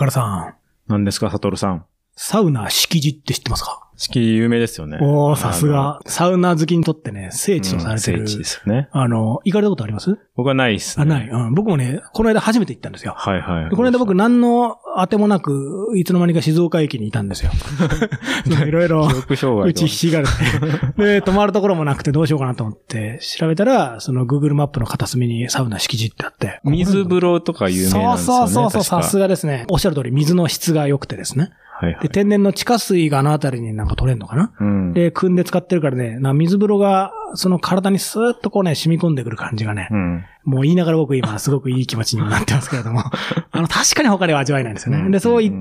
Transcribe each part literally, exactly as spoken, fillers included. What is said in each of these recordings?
岡田さん。 何ですか、サトルさん。 サウナ敷地って知ってますか？ 敷地有名ですよね。 おー、さすが。サウナ好きにとってね、聖地とされてる。 うん、聖地ですよね。 あの、行かれたことあります？ 僕はないっすね。 あ、ない。うん。僕もね、この間初めて行ったんですよ。 はいはい。 この間僕何の当てもなく、いつの間にか静岡駅にいたんですよ。いろいろ、 記憶障害うちひしがれて。で、泊まるところもなくてどうしようかなと思って、調べたら、その Google マップの片隅にサウナ敷地ってあって。 水風呂とか有名なんですよね。 そうそうそう、さすがですね。おっしゃる通り、水の質が良くてですね。 はいはい、 で、天然の地下水があのあたりになんか取れんのかな、うん、で、汲んで使ってるからね、な水風呂が、その体にスーッとこうね、染み込んでくる感じがね、うん、もう言いながら僕今すごくいい気持ちにもなってますけれども、あの、確かに他では味わえないんですよね。うん、で、そう言って、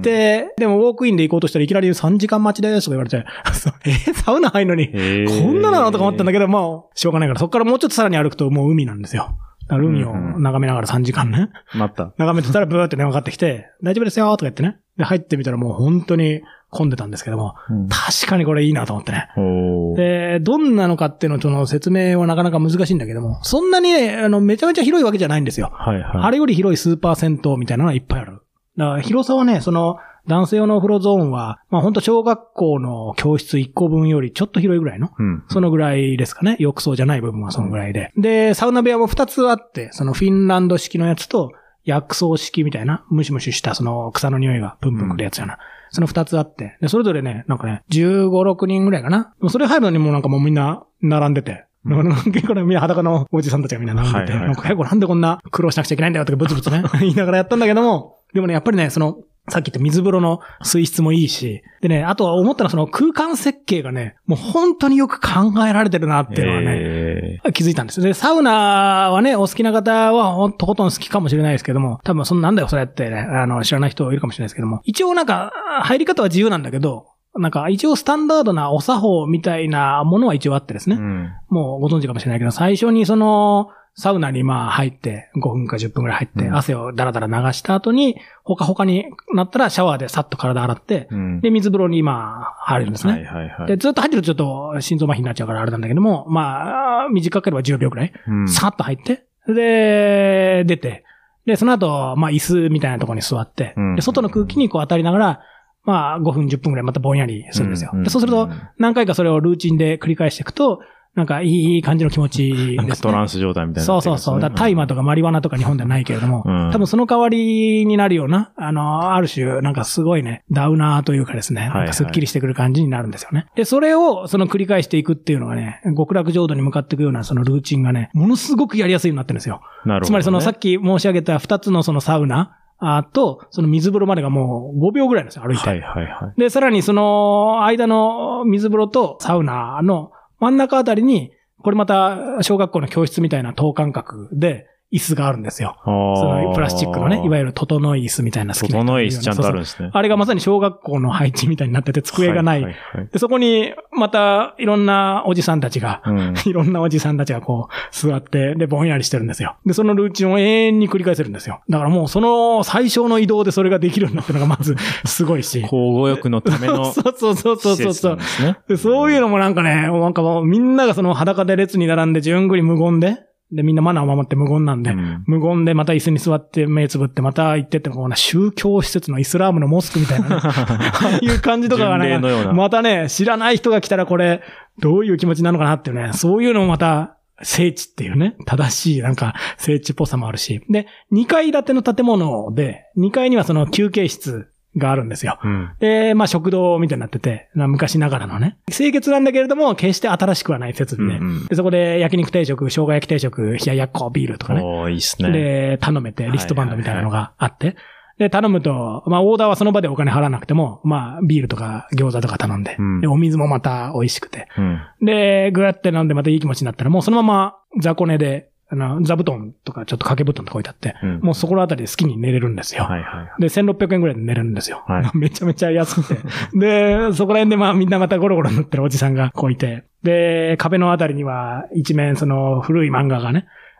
でもウォークインで行こうとしたらいきなりさんじかん待ちですとか言われて、えー、サウナ入るのに、こんななのとか思ったんだけど、もう、しょうがないから、そこからもうちょっとさらに歩くともう海なんですよ。海を眺めながらさんじかんね。 待った。 眺めてたらブーって電話かかってきて、大丈夫ですよとか言ってね。で、入ってみたらもう本当に混んでたんですけども、うん、確かにこれいいなと思ってね。で、どんなのかっていうのとの説明はなかなか難しいんだけども、そんなにね、あの、めちゃめちゃ広いわけじゃないんですよ。はいはい、あれより広いスーパー銭湯みたいなのがいっぱいある。だから広さはね、その、男性用のお風呂ゾーンは、まあ本当小学校の教室いっこぶんよりちょっと広いぐらいの、うん、そのぐらいですかね。浴槽じゃない部分はそのぐらいで。うん、で、サウナ部屋もふたつあって、そのフィンランド式のやつと、薬草式みたいな、ムシムシしたその草の匂いがプンプンくるやつやな。うん、そのふたつあって、で、それぞれね、なんかね、じゅうご、ろくにんぐらいかな。それ入るのにもなんかもうみんな並んでて。結構ね、みんな裸のおじさんたちがみんな並んでて、はいはいはい、なんか結構なんでこんな苦労しなくちゃいけないんだよとかブツブツね、言いながらやったんだけども、でもね、やっぱりね、その、さっき言った水風呂の水質もいいし、でね、あとは思ったのはその空間設計がね、もう本当によく考えられてるなっていうのはね、気づいたんです。で、サウナはね、お好きな方はほんとことん好きかもしれないですけども、多分そんなんだよそれってね、あの、知らない人いるかもしれないですけども、一応なんか、入り方は自由なんだけど、なんか一応スタンダードなお作法みたいなものは一応あってですね、うん、もうご存知かもしれないけど、最初にその、サウナにまあ入って、ごふんかじゅっぷんくらい入って、汗をダラダラ流した後に、ほかほかになったらシャワーでさっと体洗って、うん、で、水風呂にまあ入るんですね。はいはいはい。で、ずっと入ってるとちょっと心臓麻痺になっちゃうからあれなんだけども、まあ、短ければじゅうびょうくらい、うん、さっと入って、で、出て、で、その後、まあ椅子みたいなところに座って、うん、で、外の空気にこう当たりながら、まあごふんじゅっぷんくらいまたぼんやりするんですよ。うん、でそうすると、何回かそれをルーチンで繰り返していくと、なんかいい感じの気持ちですね。 なんかトランス状態みたいな、ね。 そうそうそう。だ大麻とかマリワナとか日本ではないけれども、うん、多分その代わりになるような、あの、ある種、なんかすごいね、ダウナーというかですね、なんかスッキリしてくる感じになるんですよね。はいはい、で、それをその繰り返していくっていうのがね、極楽浄土に向かっていくようなそのルーチンがね、ものすごくやりやすいようになってるんですよ。なるほど、ね。つまりそのさっき申し上げた二つのそのサウナ、あと、その水風呂までがもうごびょうぐらいなんですよ、歩いて。はいはいはい。で、さらにその間の水風呂とサウナの真ん中あたりに、これまた小学校の教室みたいな等間隔で椅子があるんですよ。そのプラスチックのね、いわゆる整い椅子みたいな好きな。 整い椅子ちゃんとあるんですね。 そうそう。あれがまさに小学校の配置みたいになってて机がない。はいはいはい、でそこにまたいろんなおじさんたちが、うん、いろんなおじさんたちがこう座って、でぼんやりしてるんですよ。で、そのルーチンを永遠に繰り返せるんですよ。だからもうその最小の移動でそれができるんだっていうのがまずすごいし。 交互浴のための。 そうそうそうそうそうそう。でそういうのもなんかね、なんかもうみんながその裸で列に並んでじゅんぐり無言で、で、みんなマナーを守って無言なんで、うん、無言でまた椅子に座って目つぶってまた行ってって、こうな宗教施設のイスラームのモスクみたいな、ね、ああいう感じとかがね、またね、知らない人が来たらこれ、どういう気持ちなのかなっていうね、そういうのもまた、聖地っていうね、正しいなんか聖地っぽさもあるし。で、にかい建ての建物で、にかいにはその休憩室、があるんですよ。うん、で、まあ食堂みたいになってて、昔ながらのね。清潔なんだけれども、決して新しくはない設備で。うんうん、で、そこで焼肉定食、生姜焼き定食、冷ややっこ、ビールとかね。 おー、いいっすね。 で、頼めて、リストバンドみたいなのがあって。はいはいはい、で、頼むと、まあオーダーはその場でお金払わなくても、まあビールとか餃子とか頼んで。うん、で、お水もまた美味しくて。うん、で、ぐやって飲んでまたいい気持ちになったら、もうそのまま雑魚寝で、あの、座布団とかちょっと掛け布団とか置いてあって、うん、もうそこらあたりで好きに寝れるんですよ。はいはいはい、で、せんろっぴゃくえんぐらいで寝れるんですよ。はい、めちゃめちゃ安くて。で、そこら辺でまあみんなまたゴロゴロ乗ってるおじさんがこういて、で、壁のあたりには一面その古い漫画がね、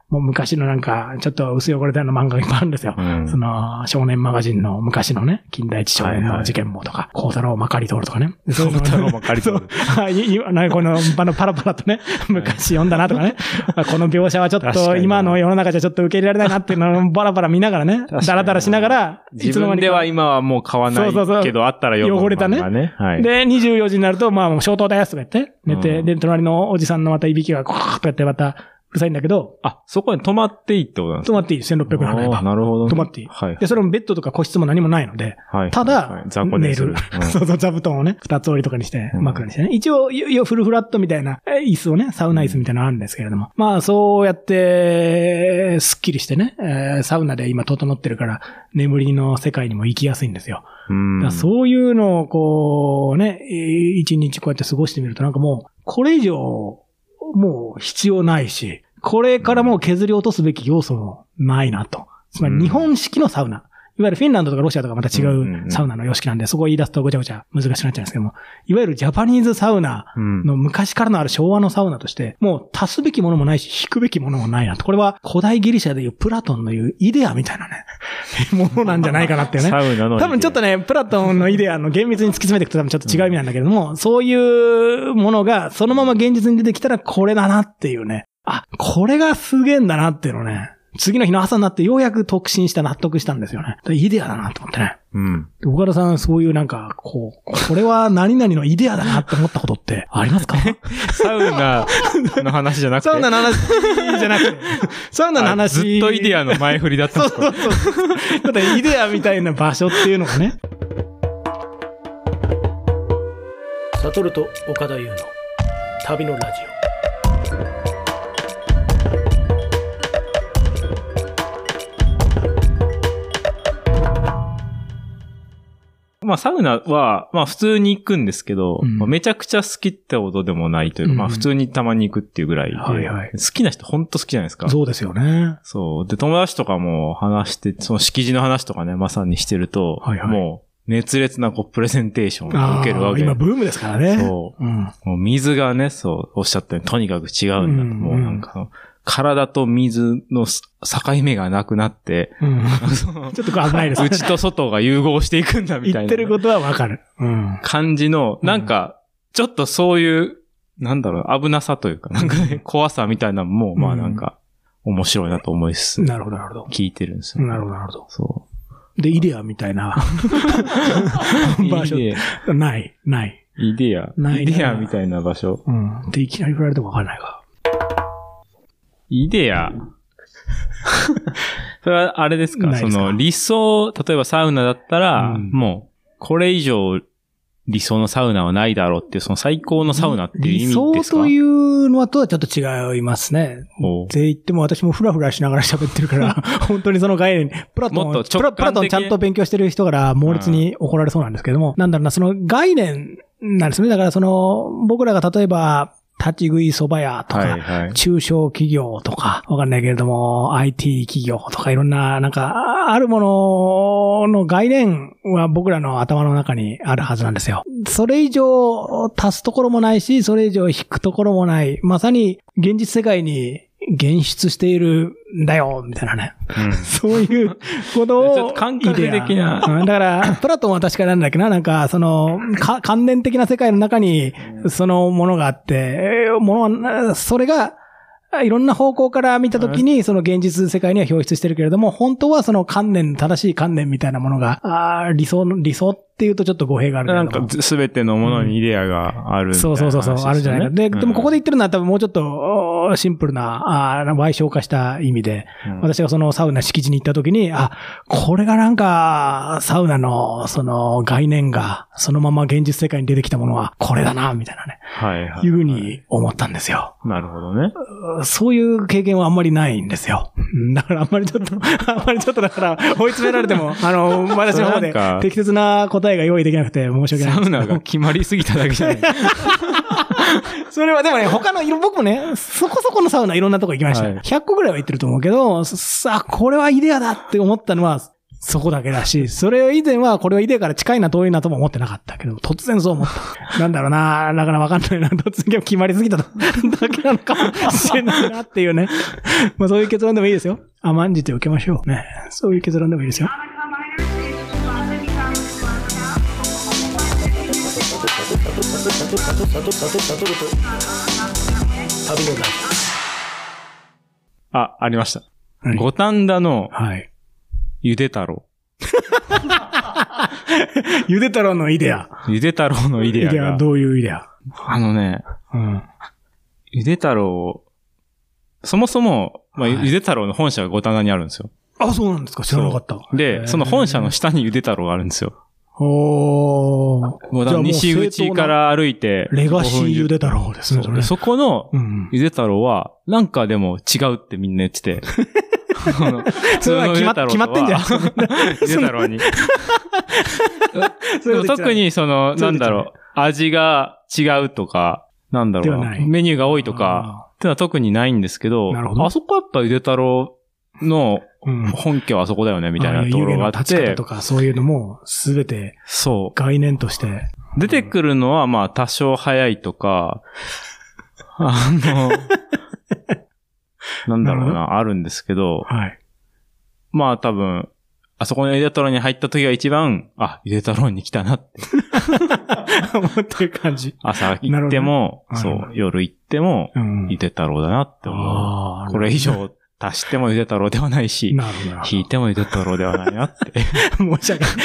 もう昔のなんか、ちょっと薄汚れたような漫画がいっぱいあるんですよ。うん、その、少年マガジンの昔のね、近代一少年の事件簿とか、孝太郎まかり通るとかね。 孝太郎まかり通る。 はい、なんかこの、あの、パラパラとね、昔読んだなとかね。この描写はちょっと、今の世の中じゃちょっと受け入れられないなっていうのをバラバラ見ながらね、ダラダラしながら、 いつの間にか。自分では今はもう買わないけど、そうそうそうあったら読む、ね。 汚れたね。はい。で、にじゅうよじになると、まあ、消灯ですとか言って、寝て、うん、で、隣のおじさんのまたいびきが、こーっとやってまた、うるさいんだけど。 あ、そこに泊まっていいってことなんですか？ 泊まっていい。せんろっぴゃくえん払えば。 なるほど、ね。 泊まっていい。 はい。 で、それもベッドとか個室も何もないので。はい。ただ、はい、 雑魚寝する。 寝る。そうそう、座布団をね、二つ折りとかにして、枕にしてね。うん、一応、フルフラットみたいな、椅子をね、サウナ椅子みたいなのあるんですけれども。まあ、そうやって、スッキリしてね、えー、サウナで今整ってるから、眠りの世界にも行きやすいんですよ。うん。だそういうのを、こう、ね、一日こうやって過ごしてみると、なんかもう、これ以上、もう必要ないし、これからもう削り落とすべき要素もないなと。つまり日本式のサウナ。いわゆるフィンランドとかロシアとかまた違うサウナの様式なんで、そこを言い出すとごちゃごちゃ難しくなっちゃうんですけども、いわゆるジャパニーズサウナの昔からのある昭和のサウナとして、もう足すべきものもないし、引くべきものもないなと。これは古代ギリシャでいうプラトンのいうイデアみたいなね、ものなんじゃないかなっていうね。 サウナの。 多分ちょっとね、プラトンのイデアの厳密に突き詰めていくと多分ちょっと違う意味なんだけども、そういうものがそのまま現実に出てきたらこれだなっていうね。あ、これがすげえんだなっていうのね。次の日の朝になってようやく特進した納得したんですよね。イデアだなと思ってね。うん。岡田さん、そういうなんか、こう、これは何々のイデアだなって思ったことってありますか？ サウナの話じゃなくて。 サウナの話じゃなくて。サウナの話。 ずっとイデアの前振りだったんですか？そうそうそう。だってイデアみたいな場所っていうのがね。サトルと岡田優の旅のラジオ。 まあサウナは、まあ普通に行くんですけど、うんまあ、めちゃくちゃ好きってほどでもないというか、うん、まあ普通にたまに行くっていうぐらいで、はいはい、好きな人ほんと好きじゃないですか。 そうですよね。 そう。で、友達とかも話して、その敷地の話とかね、まさにしてると、はいはい、もう熱烈なこうプレゼンテーションを受けるわけ。 今ブームですからね。 そう。うん、もう水がね、そう、おっしゃったようにとにかく違うんだ。うん、もうなんか、体と水の境目がなくなって、うん、 ちょっと危ないですね。 内と外が融合していくんだみたいな、ね。 言ってることはわかる。 うん、感じの、なんか、ちょっとそういう、なんだろう、危なさというか、なんかね、怖さみたいなのも、まあなんか、面白いなと思いつつ、 なるほど、なるほど。 聞いてるんですよ、 ね。なるほど、なるほど。 そう。 で、イデアみたいな場所。ない、ない。 イデア。ない。イデアみたいな場所。 うん。で、いきなり振られてもわかんないか。 イデア。それはあれですか？その理想、例えばサウナだったら、うん、もう、これ以上理想のサウナはないだろうっていう、その最高のサウナっていう意味ですか？ 理想というのはとはちょっと違いますね。って言っても私もフラフラしながら喋ってるから、本当にその概念に、プラトン、プラ、プラトンちゃんと勉強してる人から猛烈に怒られそうなんですけども、うん、なんだろうな、その概念なんですね。だからその、僕らが例えば、立ち食い蕎麦屋とか、はいはい、中小企業とか、わかんないけれども、アイティー 企業とかいろんな、なんか、あるものの概念は僕らの頭の中にあるはずなんですよ。それ以上足すところもないし、それ以上引くところもない。まさに現実世界に現出しているんだよ、みたいなね。うん、そういうことを。 ちょっと感覚的な。 だから、プラトンは確かなんだっけな、なんか、その、か、観念的な世界の中に、そのものがあって、ものは、それが、いろんな方向から見たときに、その現実世界には表出してるけれども、本当はその観念、正しい観念みたいなものが、あ理想の、理想っていうとちょっと語弊があるけど。 なんか、すべてのものにイデアがある、ねうん。そうそうそうそう、あるんじゃないか。で、でもここで言ってるのは多分もうちょっと、シンプルな、あ歪小化した意味で、うん、私がそのサウナ敷地に行ったときに、あ、これがなんか、サウナの、その概念が、そのまま現実世界に出てきたものは、これだな、みたいなね。はいはい、はい。いうふうに思ったんですよ。 なるほどね。 そういう経験はあんまりないんですよ。だからあんまりちょっと、あんまりちょっとだから追い詰められても、あの、私の方で適切な答えが用意できなくて申し訳ない。 サウナが決まりすぎただけじゃない。 それはでもね、他の、僕もね、そこそこのサウナいろんなとこ行きました。はい、ひゃっこぐらいは行ってると思うけど、さあ、これはイデアだって思ったのは、 そこだけだし、それを以前はこれはイデアから近いな遠いなとも思ってなかったけど、突然そう思った。なんだろうな、だからわかんないな、突然決まりすぎただけなのかもしれないなっていうね。まあそういう結論でもいいですよ。甘んじて受けましょう。ね。そういう結論でもいいですよ。 あ、ありました。 はい、 五反田の、 はい。 ゆで太郎。 ゆで太郎のイデア。 ゆで太郎のイデアが。イデア、 どういうイデア？ あのね、うん。ゆで太郎、そもそも、まあ、ゆで太郎の本社が五反田にあるんですよ。 あ、そうなんですか？知らなかった。 で、その本社の下にゆで太郎があるんですよ。 おー。 西口から歩いて。 レガシーゆで太郎ですね。 そ, そこのゆで太郎は、なんかでも違うってみんな言ってて。 普通のゆで太郎とは決まってんじゃん。 ゆで太郎に。特にその、なんだろう、味が違うとか、なんだろう、メニューが多いとか、ってのは特にないんですけど、あそこはやっぱゆで太郎の本家はあそこだよね、みたいなところがあって。 立ち方とかそういうのも、すべて、そう。概念として。 出てくるのは、まあ、多少早いとか、あの、なんだろうな、あるんですけど、はい。まあ多分、あそこのゆで太郎に入った時が一番、あ、ゆで太郎に来たなって。 思ってる感じ。 朝行っても、そう、夜行っても、ゆで太郎だなって思う。これ以上足してもゆで太郎ではないし、引いてもゆで太郎ではないなって。 申し訳ない。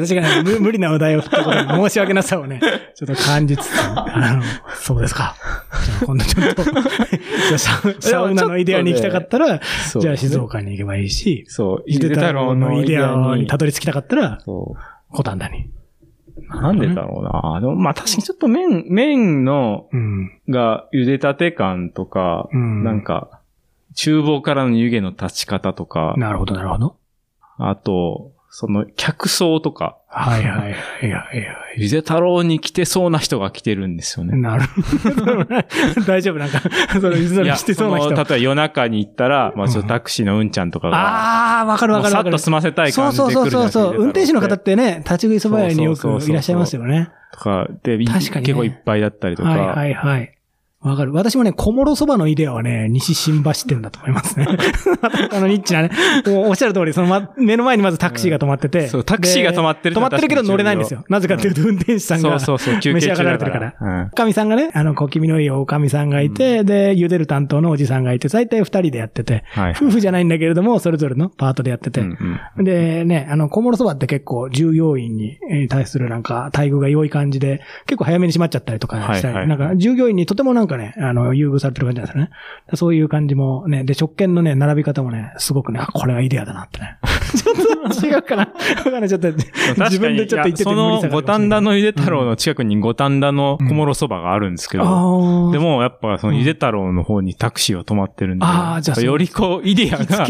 私が、ね、無理なお題を振ったことに申し訳なさをね、ちょっと感じつつ、あの、そうですか。じゃあ今度ちょっと、じゃあサウナのイデアに行きたかったら、ね、じゃあ静岡に行けばいいし、そう、ゆで太郎のイデアにたどり着きたかったら、そう、五反田に。 なんでだろうな。でもまあ確かにちょっと麺、麺の、が茹でたて感とか、うん、なんか、厨房からの湯気の立ち方とか。 なるほど、なるほど。 あと、その、客層とか。 はいはいはいはい、はい。 ゆで太郎に来てそうな人が来てるんですよね。 なるほど。大丈夫なんか、その、ゆで太郎に来てそうな人。 例えば夜中に行ったら、まあちょっとタクシーのうんちゃんとかが。 ああ、わかるわかるわかる。 さっと済ませたい感じで来るじゃん。 そうそうそうそう。運転手の方ってね、立ち食いそば屋によくいらっしゃいますよね。 とか、で、確かに、ね、結構いっぱいだったりとか。 はいはいはい。わかる。私もね、小諸そばのイデアはね、西新橋店だと思いますね。あのニッチなね。もうおっしゃる通り、その、ま、目の前にまずタクシーが止まってて。 そう、タクシーが止まってる。 止まってるけど乗れないんですよ。なぜかっていうと、運転手さんが、そうそうそう、召し上がられてるから。うん、おかみさんがね、あの、小気味のいいおかみさんがいて、うん、で、茹でる担当のおじさんがいて、大体二人でやってて、はい、夫婦じゃないんだけれども、それぞれのパートでやってて。うんうん、で、ね、あの、小諸そばって結構、従業員に対するなんか、待遇が良い感じで、結構早めに閉まっちゃったりとかしたり、はいはい、なんか、従業員にとてもなんかね、あの、優遇されてる感じなんですよね。そういう感じもね、で、食券のね、並び方もね、すごくね、あ、これはイデアだなってね。ちょっと違うかな。わかんない、ちょっと、自分でちょっと言ってて無理さがあるかもしれない。その五反田のゆで太郎の近くに五反田の小諸そばがあるんですけど、うん、でもやっぱそのゆで太郎の方にタクシーは止まってるんで、ああ、じゃあよりこう、イデアが、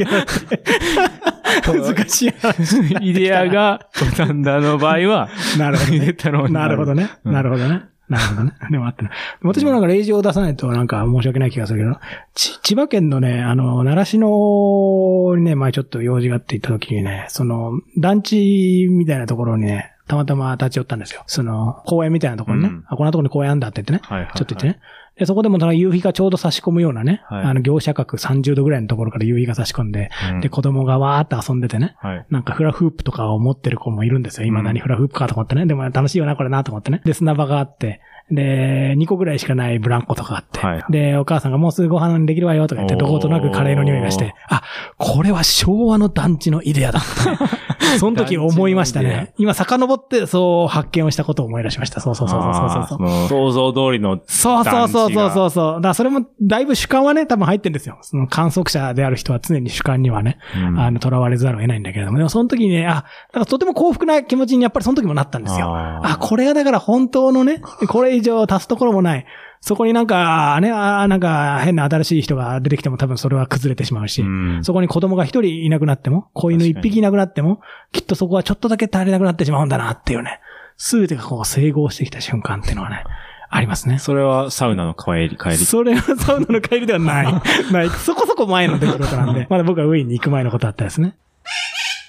難しい話。 イデアが五反田の場合は、 なるほど、ね。 ゆで太郎になる。 なるほどね。なるほどね。なるほどね。でもあってね。私もなんか例示を出さないとなんか申し訳ない気がするけど、ち、千葉県のね、あの、習志野にね、前ちょっと用事があって行った時にね、その、団地みたいなところにね、たまたま立ち寄ったんですよ。その、公園みたいなところにね、うん、あ、こんなところに公園あんだって言ってね、はいはいはい、ちょっと言ってね。で、そこでも夕日がちょうど差し込むようなね、はい、あの、業者角さんじゅうどぐらいのところから夕日が差し込んで、うん、で、子供がわーって遊んでてね、はい、なんかフラフープとかを持ってる子もいるんですよ。今何フラフープかと思ってね。でも楽しいよな、これなと思ってね。で、砂場があって、で、にこぐらいしかないブランコとかあって、はい、で、お母さんがもうすぐご飯できるわよとか言って、どことなくカレーの匂いがして、あ、これは昭和の団地のイデアだってね。その時思いましたね。今遡ってそう発見をしたことを思い出しました。そうそうそうそうそうそう。 想像通りの団地が。 そうそうそうそうそうそう。だからそれもだいぶ主観はね、多分入ってるんですよ。その観測者である人は常に主観にはね、うん、あの、囚われざるを得ないんだけれども、でもその時にね、あ、だからとても幸福な気持ちにやっぱりその時もなったんですよ。あ, あ、これがだから本当のね、これ以上足すところもない。そこになんか、ね、あなんか変な新しい人が出てきても多分それは崩れてしまうし、うん、そこに子供が一人いなくなっても、子犬一匹いなくなっても、きっとそこはちょっとだけ足りなくなってしまうんだなっていうね、すべてがこう整合してきた瞬間っていうのはね、ありますね。 それはサウナの帰り、帰り。 それはサウナの帰りではない。ない。そこそこ前の出来事なんで、まだ僕はウィーンに行く前のことだったですね。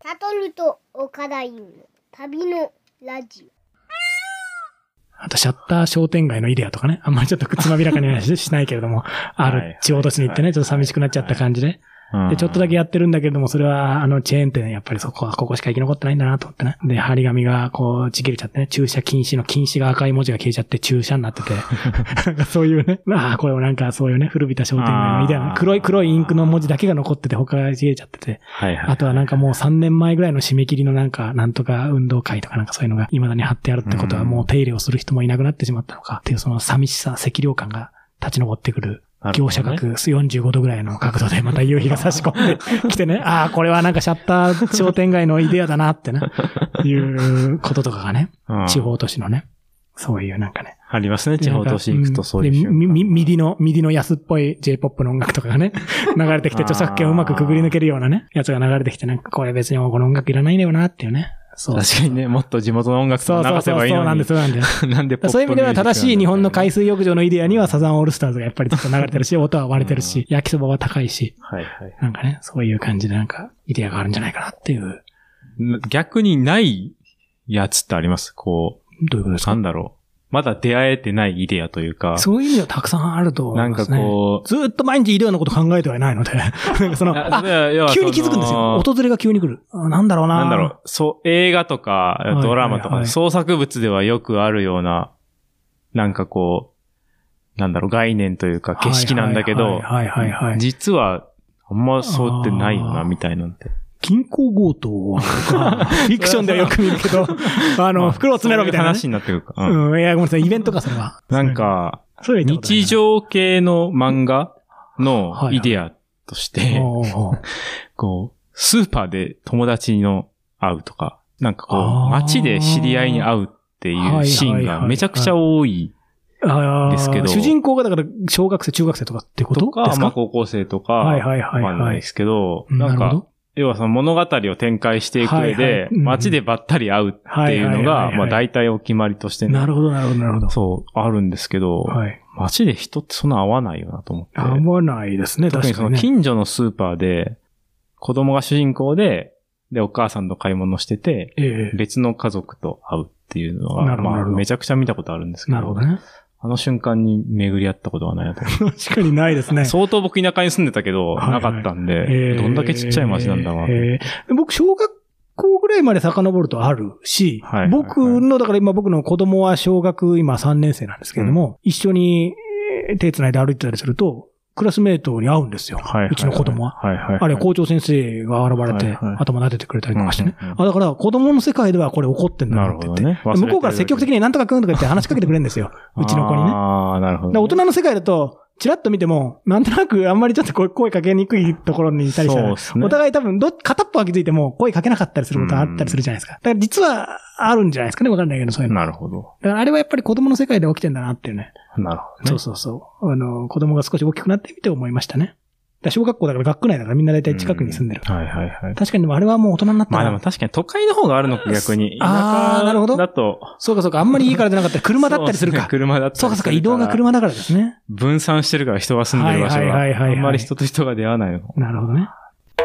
サトルと岡田優の旅のラジオ。 あと、シャッター商店街のイデアとかね。あんまりちょっとつまびらかにはしないけれども、ある地方都市に行ってね、ちょっと寂しくなっちゃった感じで。で、ちょっとだけやってるんだけれども、それは、あの、チェーン店、やっぱりそこは、ここしか生き残ってないんだなと思ってね。で、張り紙が、こう、ちぎれちゃってね、駐車禁止の禁止が赤い文字が消えちゃって駐車になってて、なんかそういうね、まあ、これもなんかそういうね、古びた商店街のイデアの黒い黒いインクの文字だけが残ってて、他がちぎれちゃってて、はいはい、あとはなんかもうさんねんまえぐらいの締め切りのなんか、なんとか運動会とかなんかそういうのが未だに貼ってあるってことは、もう手入れをする人もいなくなってしまったのか、っていうその寂しさ、赤涼感が立ち上ってくる。業者角よんじゅうごどぐらいの角度でまた夕日が差し込んできてね、ああ、これはなんかシャッター商店街のイデアだなってね、いうこととかがね、地方都市のね、そういうなんかね。 ありますね、地方都市行くとそういう。 ミミディの、ミディの安っぽい J-ポップ の音楽とかがね、流れてきて著作権をうまくくぐり抜けるようなね、やつが流れてきて、なんかこれ別にこの音楽いらないんだよなっていうね。 そう確かにね、もっと地元の音楽と流せばいいのに。そうそうそうなんです、そうなんです。なんでポップそういう意味では正しい日本の海水浴場のイデアにはサザンオールスターズがやっぱりずっと流れてるし、音は割れてるし、焼きそばは高いし。はいはい。なんかね、そういう感じでなんかイデアがあるんじゃないかなっていう。 逆にないやつってありますこう。どういうことですかなんだろう。まだ出会えてないイデアというか。 そういう意味ではたくさんあると思いますね。なんかこう。ずっと毎日イデアのこと考えてはいないので。なんかその、あ、急に気づくんですよ。訪れが急に来る。なんだろうな。 なんだろう。そう、映画とか、ドラマとか、はいはいはい、創作物ではよくあるような、なんかこう、なんだろう、概念というか景色なんだけど、はいはいはいはい、実は、あんまそうってないよな、みたいなんて。 銀行強盗は、フィクションではよく見るけど、あの、袋を詰めろみたいな、ね。 話になってくるか。 うん。うん。いや、ごめんなさい。イベントか、それは。 なんか、日常系の漫画のイデアとして、はい、こう、スーパーで友達の会うとか、なんかこう、街で知り合いに会うっていうシーンがめちゃくちゃ多い。ですけど。 主人公がだから、小学生、中学生とかってことですか？とか、 まあ高校生とか、はいはいはい。わかんないですけど、なんか、要はその物語を展開していく上で、はいはいうん、街でばったり会うっていうのが、まあ大体お決まりとして、ね、 なるほどなるほどなるほど。 そう、あるんですけど、はい、街で人ってそんな会わないよなと思って。 会わないですね、確かに、ね。 特にその近所のスーパーで、子供が主人公で、で、お母さんと買い物してて、ええ、別の家族と会うっていうのが、まあめちゃくちゃ見たことあるんですけど。 なるほどね。 あの瞬間に巡り合ったことはないなと思う。確かにないですね。 相当僕田舎に住んでたけど、はいはい、なかったんで、えー、どんだけちっちゃい町なんだわ、えー。僕、小学校ぐらいまで遡るとあるし、はいはいはい、僕の、だから今僕の子供は小学今さんねん生なんですけれども、うん、一緒に手繋いで歩いてたりすると、クラスメートに会うんですよ。はいはいはい、うちの子供は。はいはいはい、あれ、校長先生が現れて、はいはい、頭撫でてくれたりとかしてね、うんうんうん。あだから、子供の世界ではこれ起こってんだなって言って。ね、向こうから積極的になんとかくんとか言って話しかけてくれるんですよ。うちの子にね。ああ、なるほど、ね。大人の世界だと、チラッと見ても、なんとなくあんまりちょっと声かけにくいところにいたりしたら、ね、お互い多分ど、片っぽは気づいても声かけなかったりすることあったりするじゃないですか。だから実はあるんじゃないですかね、わかんないけど、そういうの。 なるほど。 だからあれはやっぱり子供の世界で起きてんだなっていうね。 なるほど、ね。 そうそうそう。あの、子供が少し大きくなってみて思いましたね。小学校だから学区内だからみんな大体近くに住んでる。うん、はいはいはい。確かにでもあれはもう大人になったら。 まあでも確かに都会の方があるのか逆に。 ああ、なるほど。 だと。 そうかそうか。あんまり家から出なかったら車だったりするか。そうですね、 車だったりするか。 そうかそうか。移動が車だからですね。 分散してるから人が住んでる場所が。はいはいはいはい、はい。あんまり人と人が出会わないの。 なるほどね。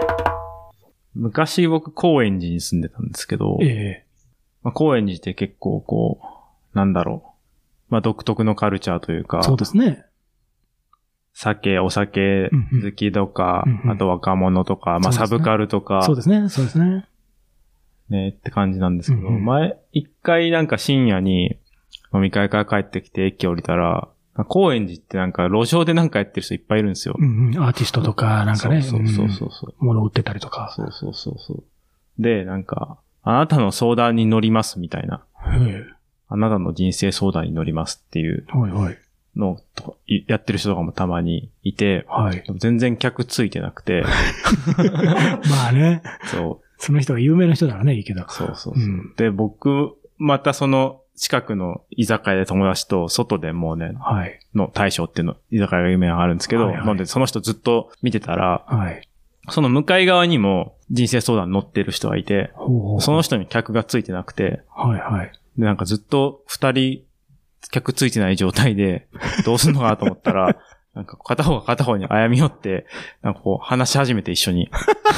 昔僕高円寺に住んでたんですけど。ええまあ、高円寺って結構こう、なんだろう。まあ独特のカルチャーというか。 そうですね。 酒、お酒好きとか、うんうん、あと若者とか、まあ、サブカルとか。 そうですね、そうですね。 ね、って感じなんですけど、うんうん、前、一回なんか深夜に飲み会から帰ってきて駅降りたら、高円寺ってなんか路上でなんかやってる人いっぱいいるんですよ。 うんうん、アーティストとか、なんかね。 そうそうそうそう。 物売ってたりとか。 そうそうそうそう。で、なんか、あなたの相談に乗りますみたいな。あなたの人生相談に乗りますっていう。はいはい。のやってる人とかもたまにいて、はい、全然客ついてなくて。 まあね。そう。その人が有名な人ならね、いいけど。 そうそうそう、うん。で、僕、またその近くの居酒屋で友達と外でもうね、はい、の大将っていうの、居酒屋が有名なのがあるんですけど、はいはい、なのでその人ずっと見てたら、はい、その向かい側にも人生相談乗ってる人がいて、ほうほうほうその人に客がついてなくて、はいはい、で、なんかずっと二人、客ついてない状態で、どうすんのかなと思ったら、 なんか片方が片方に歩み寄って、なんかこう話し始めて一緒に。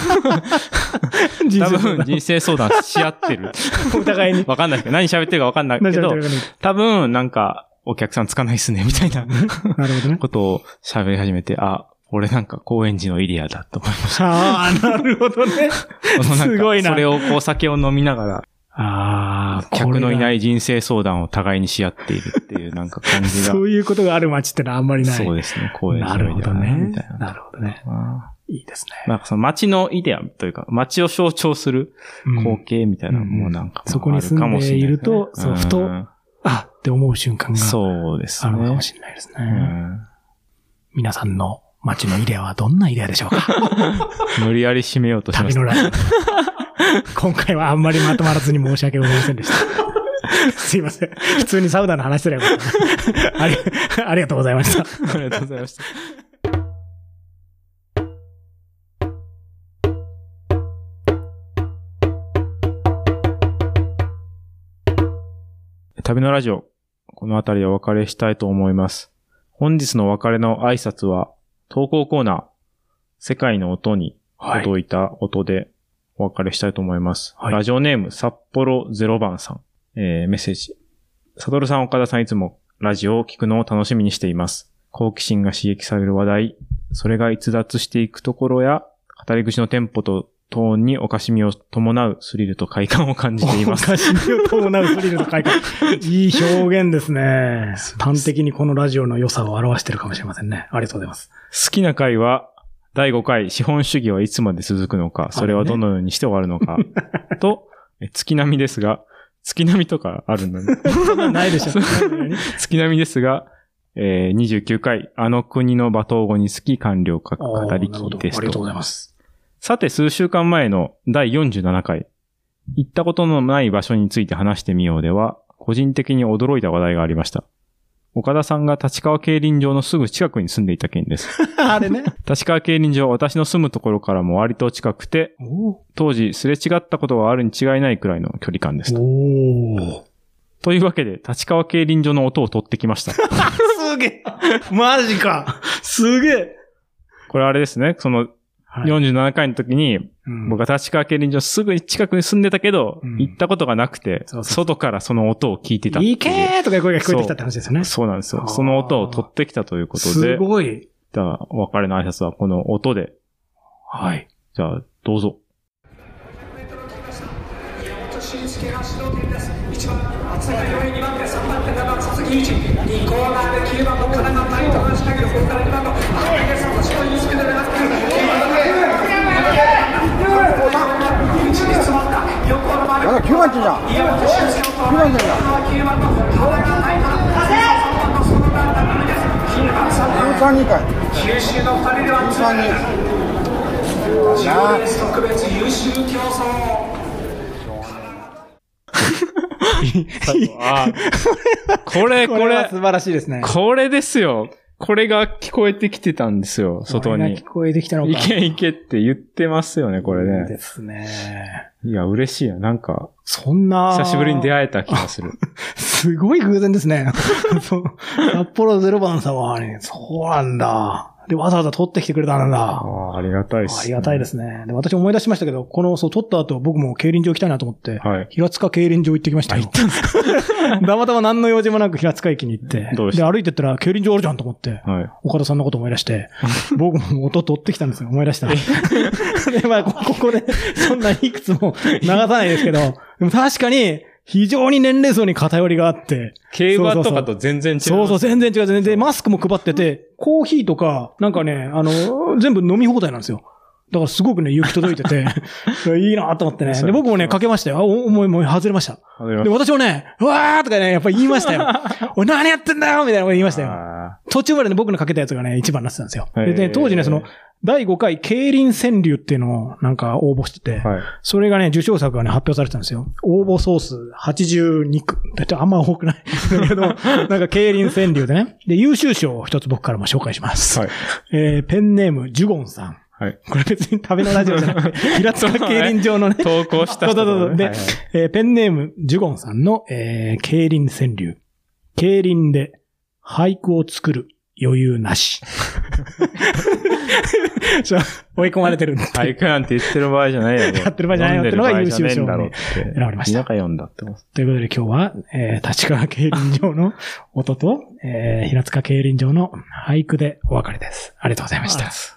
多分人生相談し合ってる。 お互いに。 わかんないけど、何喋ってるかわかんないけど、多分なんかお客さんつかないっすね、みたいな。なるほどね。ことを喋り始めて、あ、俺なんか高円寺のイリアだと思いました。 ああ、なるほどね。すごいな。 それをこう酒を飲みながら、 ああ、 客のいない人生相談を互いにし合っているっていうなんか感じが。 そういうことがある街ってのはあんまりない。 そうですね、高円寺のイデア。 なるほどね。みたいな。なるほどね。いいですね。 なんかその街のイデアというか、街を象徴する光景みたいなのもなんか、 うん、そこに住んでいると、そう、ふと、あって思う瞬間が。 そうですね。 あるかもしれないですね。うん、皆さんの街のイデアはどんなイデアでしょうか。 無理やり締めようとしました。 旅のラジオ。今回はあんまりまとまらずに申し訳ございませんでした。すいません。普通にサウナの話すればよかった。あり、ありがとうございました。 ありがとうございました。旅のラジオ、このあたりでお別れしたいと思います。本日のお別れの挨拶は、投稿コーナー、世界の音に届いた音でお別れしたいと思います。はい、ラジオネーム、札幌ゼロばんさん、えー、メッセージ。サトルさん、岡田さんいつもラジオを聞くのを楽しみにしています。好奇心が刺激される話題、それが逸脱していくところや、語り口のテンポとトーンにおかしみを伴うスリルと快感を感じています。 おかしみを伴うスリルと快感。いい表現ですね。端的にこのラジオの良さを表しているかもしれませんね。ありがとうございます。 好きな回は、だいごかい、資本主義はいつまで続くのか、それはどのようにして終わるのか、と、月並みですが、月並みとかあるんだね。 そんなないでしょ。 月並みですが、えー、にじゅうきゅうかい、あの国の罵倒語に好き完了か語りきですと。 ありがとうございます。 さて、数週間前のだいよんじゅうななかい、行ったことのない場所について話してみようでは、個人的に驚いた話題がありました。岡田さんが立川競輪場のすぐ近くに住んでいた件です。 あれね。 立川競輪場は私の住むところからも割と近くて、当時すれ違ったことがあるに違いないくらいの距離感ですと。 おというわけで、立川競輪場の音を取ってきました。 すげえマジかすげえこれあれですね、その、よんじゅうななかいの時に、うん、僕は立川競輪場すぐ近くに住んでたけど、うん、行ったことがなくて、そうそうそう、外からその音を聞いてたっていう。 行けーとか声が聞こえてきたって話ですよね。 そう、そうなんですよ。その音を取ってきたということで。 すごい。 じゃあ、お別れの挨拶はこの音で。 はい。 じゃあ、どうぞ。いちばん、松坂よりにばん手、さんばん手、ななばん、佐々木裕二。にコーナーできゅうばんの金がタイトが仕掛ける、ここからにばんの、あれでさとしのユースケで狙ってくる。 なんかきゅうばんちじゃん。きゅうばんちじゃん。きゅうばんの川がタイトだ。さんばんのそのがダメです。きゅうばんさんばん。じゅうさんにんかい。九州のふたりではじゅうさんにん。じゅうレース特別優秀競争。 あこれ、これ。これは素晴らしいですね。 これですよ。これが聞こえてきてたんですよ、外に。 聞こえてきたのか。 いけいけって言ってますよね、これね。 ですね。 いや、嬉しいや。なんか、 そんな。 久しぶりに出会えた気がする。 すごい偶然ですね。札幌ゼロばんさんは、ね、そうなんだ。で、わざわざ撮ってきてくれたんだ。 ああ、ありがたいですね。 ありがたいですね。で、私思い出しましたけど、この、そう、撮った後、僕も競輪場行きたいなと思って、はい、平塚競輪場行ってきましたよ。 行ったんですかたまたま何の用事もなく平塚駅に行って、 どうで、歩いてったら競輪場あるじゃんと思って、 はい、 岡田さんのこと思い出して、僕も音撮ってきたんですよ。思い出した。で、まあ、ここで、そんないくつも流さないですけど、でも確かに、非常に年齢層に偏りがあって。 競馬とかと全然違う。 そうそう、全然違う。全然。マスクも配ってて、コーヒーとか、なんかね、あの、全部飲み放題なんですよ。だからすごくね、行き届いてて、いいなと思ってね。で、僕もね、かけましたよ。あ、思いも外れました。で、私もね、うわーとかね、やっぱり言いましたよ。おい、何やってんだよみたいなこと言いましたよ。途中までね、僕のかけたやつがね、一番になってたんですよ。で、ね、当時ね、その、だいごかい競輪川柳っていうのをなんか応募してて、はい、それがね、受賞作がね、発表されてたんですよ。応募総数はちじゅうにく。だってあんま多くない。だけど、なんか競輪川柳でね。で、優秀賞を一つ僕からも紹介します。はい、えー、ペンネーム、ジュゴンさん。はい。これ別に旅のラジオじゃなくて、平塚競輪場のね。 投稿した人、ね。そうそうそう。 で、はいはい、えー、ペンネーム、ジュゴンさんの、えー、競輪川柳。競輪で俳句を作る余裕なし。ちょ追い込まれてるんだ。 俳句なんて言ってる場合じゃないよ。 やってる場合じゃないよってのが優秀賞に選ばれました。 田舎読んだってということで今日は、えー、立川競輪場の音と、えー、平塚競輪場の俳句でお別れです。ありがとうございました。